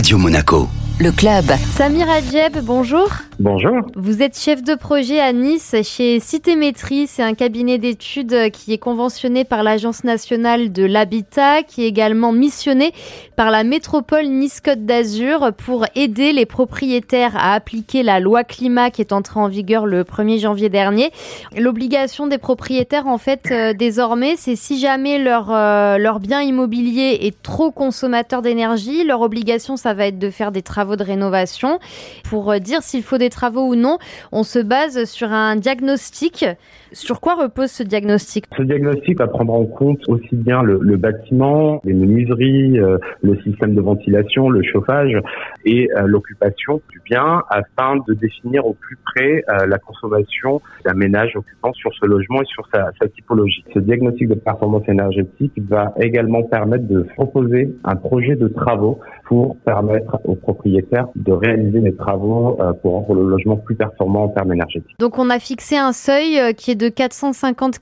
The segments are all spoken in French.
Radio Monaco. Le club. Samir Adjeb, bonjour. Bonjour. Vous êtes chef de projet à Nice chez Citémétrie. C'est un cabinet d'études qui est conventionné par l'Agence nationale de l'habitat, qui est également missionné par la métropole Nice-Côte d'Azur pour aider les propriétaires à appliquer la loi climat qui est entrée en vigueur le 1er janvier dernier. L'obligation des propriétaires, en fait, désormais, c'est si jamais leur bien immobilier est trop consommateur d'énergie, leur obligation, ça va être de faire des travaux de rénovation. Pour dire s'il faut des travaux ou non, on se base sur un diagnostic. Sur quoi repose ce diagnostic ? Ce diagnostic va prendre en compte aussi bien le bâtiment, les menuiseries, le système de ventilation, le chauffage et l'occupation du bien afin de définir au plus près la consommation d'un ménage occupant sur ce logement et sur sa typologie. Ce diagnostic de performance énergétique va également permettre de proposer un projet de travaux pour permettre aux propriétaires de réaliser les travaux pour rendre le logement plus performant en termes énergétiques. Donc on a fixé un seuil qui est de 450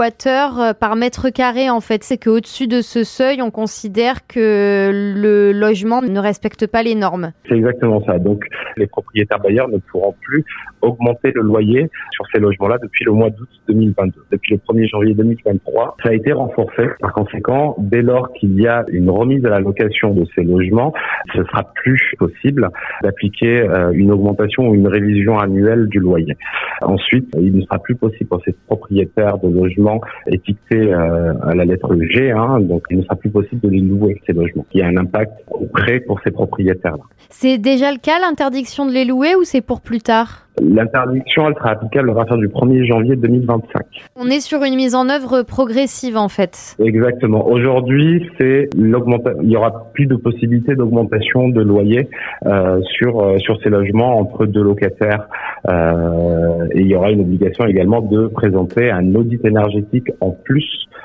kWh par mètre carré en fait. C'est qu'au-dessus de ce seuil, on considère que le logement ne respecte pas les normes. C'est exactement ça. Donc les propriétaires bailleurs ne pourront plus augmenter le loyer sur ces logements-là depuis le mois d'août 2022. Depuis le 1er janvier 2023, ça a été renforcé. Par conséquent, dès lors qu'il y a une remise à la location de ces logements, ce sera plus possible d'appliquer une augmentation ou une révision annuelle du loyer. Ensuite, il ne sera plus possible pour ces propriétaires de logements étiquetés à la lettre G, donc il ne sera plus possible de les louer, ces logements. Il y a un impact concret pour ces propriétaires-là. C'est déjà le cas, l'interdiction de les louer, ou c'est pour plus tard ? L'interdiction, elle sera applicable à partir du 1er janvier 2025. On est sur une mise en œuvre progressive, en fait. Exactement. Aujourd'hui, il y aura plus de possibilité d'augmentation de loyer sur ces logements entre deux locataires. Et il y aura une obligation également de présenter un audit énergétique en plus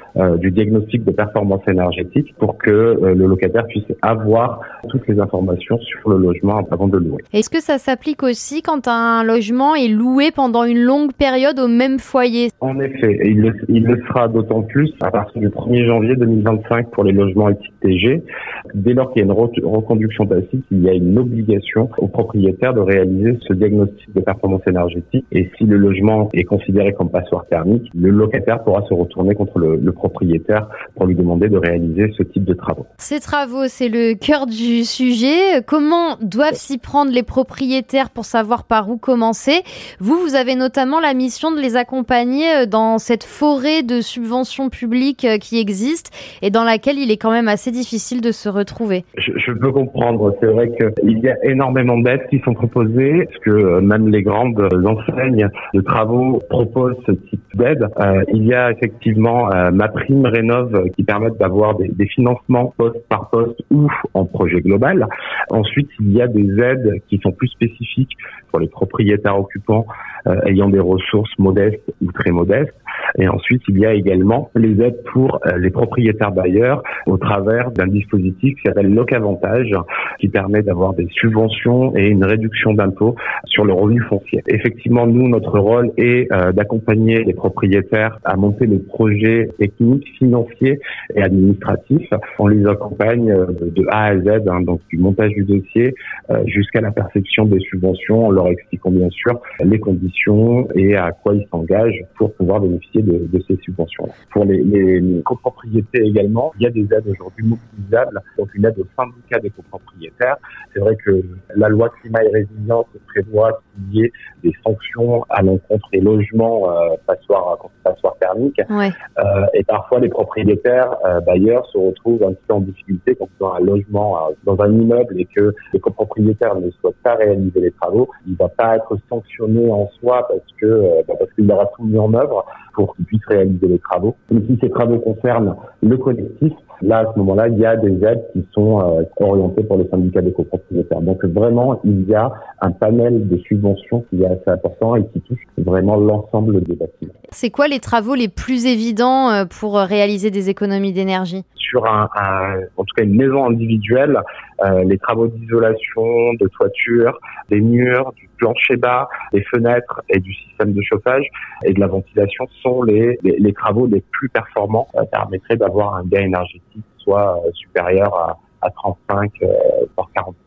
du diagnostic de performance énergétique pour que le locataire puisse avoir toutes les informations sur le logement avant de le louer. Est-ce que ça s'applique aussi quand un logement est loué pendant une longue période au même foyer ? En effet, il le sera d'autant plus à partir du 1er janvier 2025 pour les logements étiquetés G. Dès lors qu'il y a une reconduction tacite, il y a une obligation aux propriétaires de réaliser ce diagnostic de performance énergétique. Et si le logement est considéré comme passoire thermique, le locataire pourra se retourner contre le propriétaire pour lui demander de réaliser ce type de travaux. Ces travaux, c'est le cœur du sujet. Comment doivent s'y prendre les propriétaires pour savoir par où commencer ? Vous avez notamment la mission de les accompagner dans cette forêt de subventions publiques qui existe et dans laquelle il est quand même assez difficile de se retrouver. Je peux comprendre. C'est vrai qu'il y a énormément d'aides qui sont proposées, parce que même les grandes enseignes de travaux proposent ce type d'aide. Il y a effectivement MaPrimeRénov qui permettent d'avoir des financements poste par poste ou en projet global. Ensuite, il y a des aides qui sont plus spécifiques pour les propriétaires occupants ayant des ressources modestes ou très modestes. Et ensuite, il y a également les aides pour les propriétaires bailleurs au travers d'un dispositif qui s'appelle Locavantage, qui permet d'avoir des subventions et une réduction d'impôts sur le revenu foncier. Effectivement, nous, notre rôle est d'accompagner les propriétaires à monter les projets techniques, financiers et administratifs. On les accompagne de A à Z, donc du montage du dossier jusqu'à la perception des subventions, en leur expliquant bien sûr les conditions et à quoi ils s'engagent pour pouvoir bénéficier de ces subventions-là. Pour les copropriétés également, il y a des aides aujourd'hui mobilisables, donc une aide au syndicat des copropriétaires. C'est vrai que la loi climat et résilience prévoit qu'il y ait des sanctions à l'encontre des logements passoires thermiques. Ouais. Et parfois, les propriétaires bailleurs se retrouvent un petit peu en difficulté quand ils ont un logement dans un immeuble et que le copropriétaire ne souhaite pas réaliser les travaux. Il ne va pas être sanctionné en soi parce qu'il aura tout mis en œuvre pour qu'il puisse réaliser les travaux. Mais si ces travaux concernent le collectif, là, à ce moment-là, il y a des aides qui sont orientées pour les syndicats des copropriétaires. Donc vraiment, il y a un panel de subventions qui est assez important et qui touche vraiment l'ensemble des bâtiments. C'est quoi les travaux les plus évidents pour réaliser des économies d'énergie ? Sur en tout cas une maison individuelle, les travaux d'isolation, de toiture, des murs, du plancher bas, des fenêtres et du système de chauffage et de la ventilation sont les travaux les plus performants, permettraient d'avoir un gain énergétique soit supérieur à 35 voire 40%.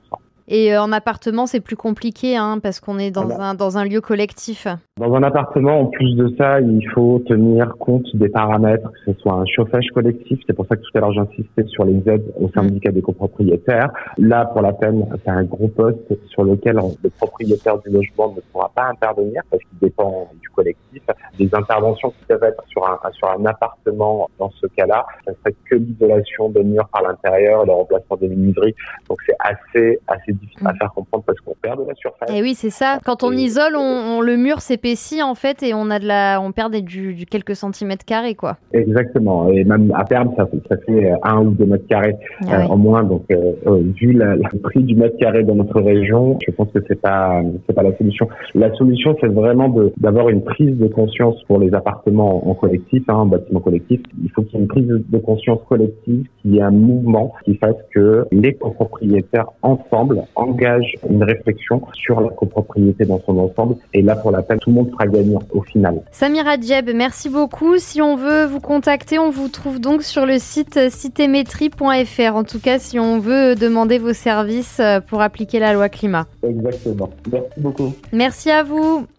Et en appartement, c'est plus compliqué, parce qu'on est dans un lieu collectif. Dans un appartement, en plus de ça, il faut tenir compte des paramètres, que ce soit un chauffage collectif. C'est pour ça que tout à l'heure, j'insistais sur les aides au syndicat des copropriétaires. Là, pour la peine, c'est un gros poste sur lequel le propriétaire du logement ne pourra pas intervenir parce qu'il dépend du collectif. Des interventions qui peuvent être sur un appartement, dans ce cas-là, ça serait que l'isolation de murs par l'intérieur, le remplacement des menuiseries. Donc, c'est assez difficile à faire comprendre parce qu'on perd de la surface. Et oui, c'est ça. Quand on isole, le mur s'épaissit en fait et on perd du quelques centimètres carrés, quoi. Exactement. Et même à terme, ça fait 1 ou 2 mètres carrés en moins. Donc, vu le prix du mètre carré dans notre région, je pense que c'est pas la solution. La solution, c'est vraiment d'avoir une prise de conscience pour les appartements en collectif, en bâtiment collectif. Il faut qu'il y ait une prise de conscience collective, qu'il y ait un mouvement qui fasse que les copropriétaires ensemble engagent une réflexion sur la copropriété dans son ensemble. Et là, pour la peine, tout le monde sera gagnant au final. Samira Djeb, merci beaucoup. Si on veut vous contacter, on vous trouve donc sur le site citémétrie.fr. En tout cas, si on veut demander vos services pour appliquer la loi climat. Exactement. Merci beaucoup. Merci à vous.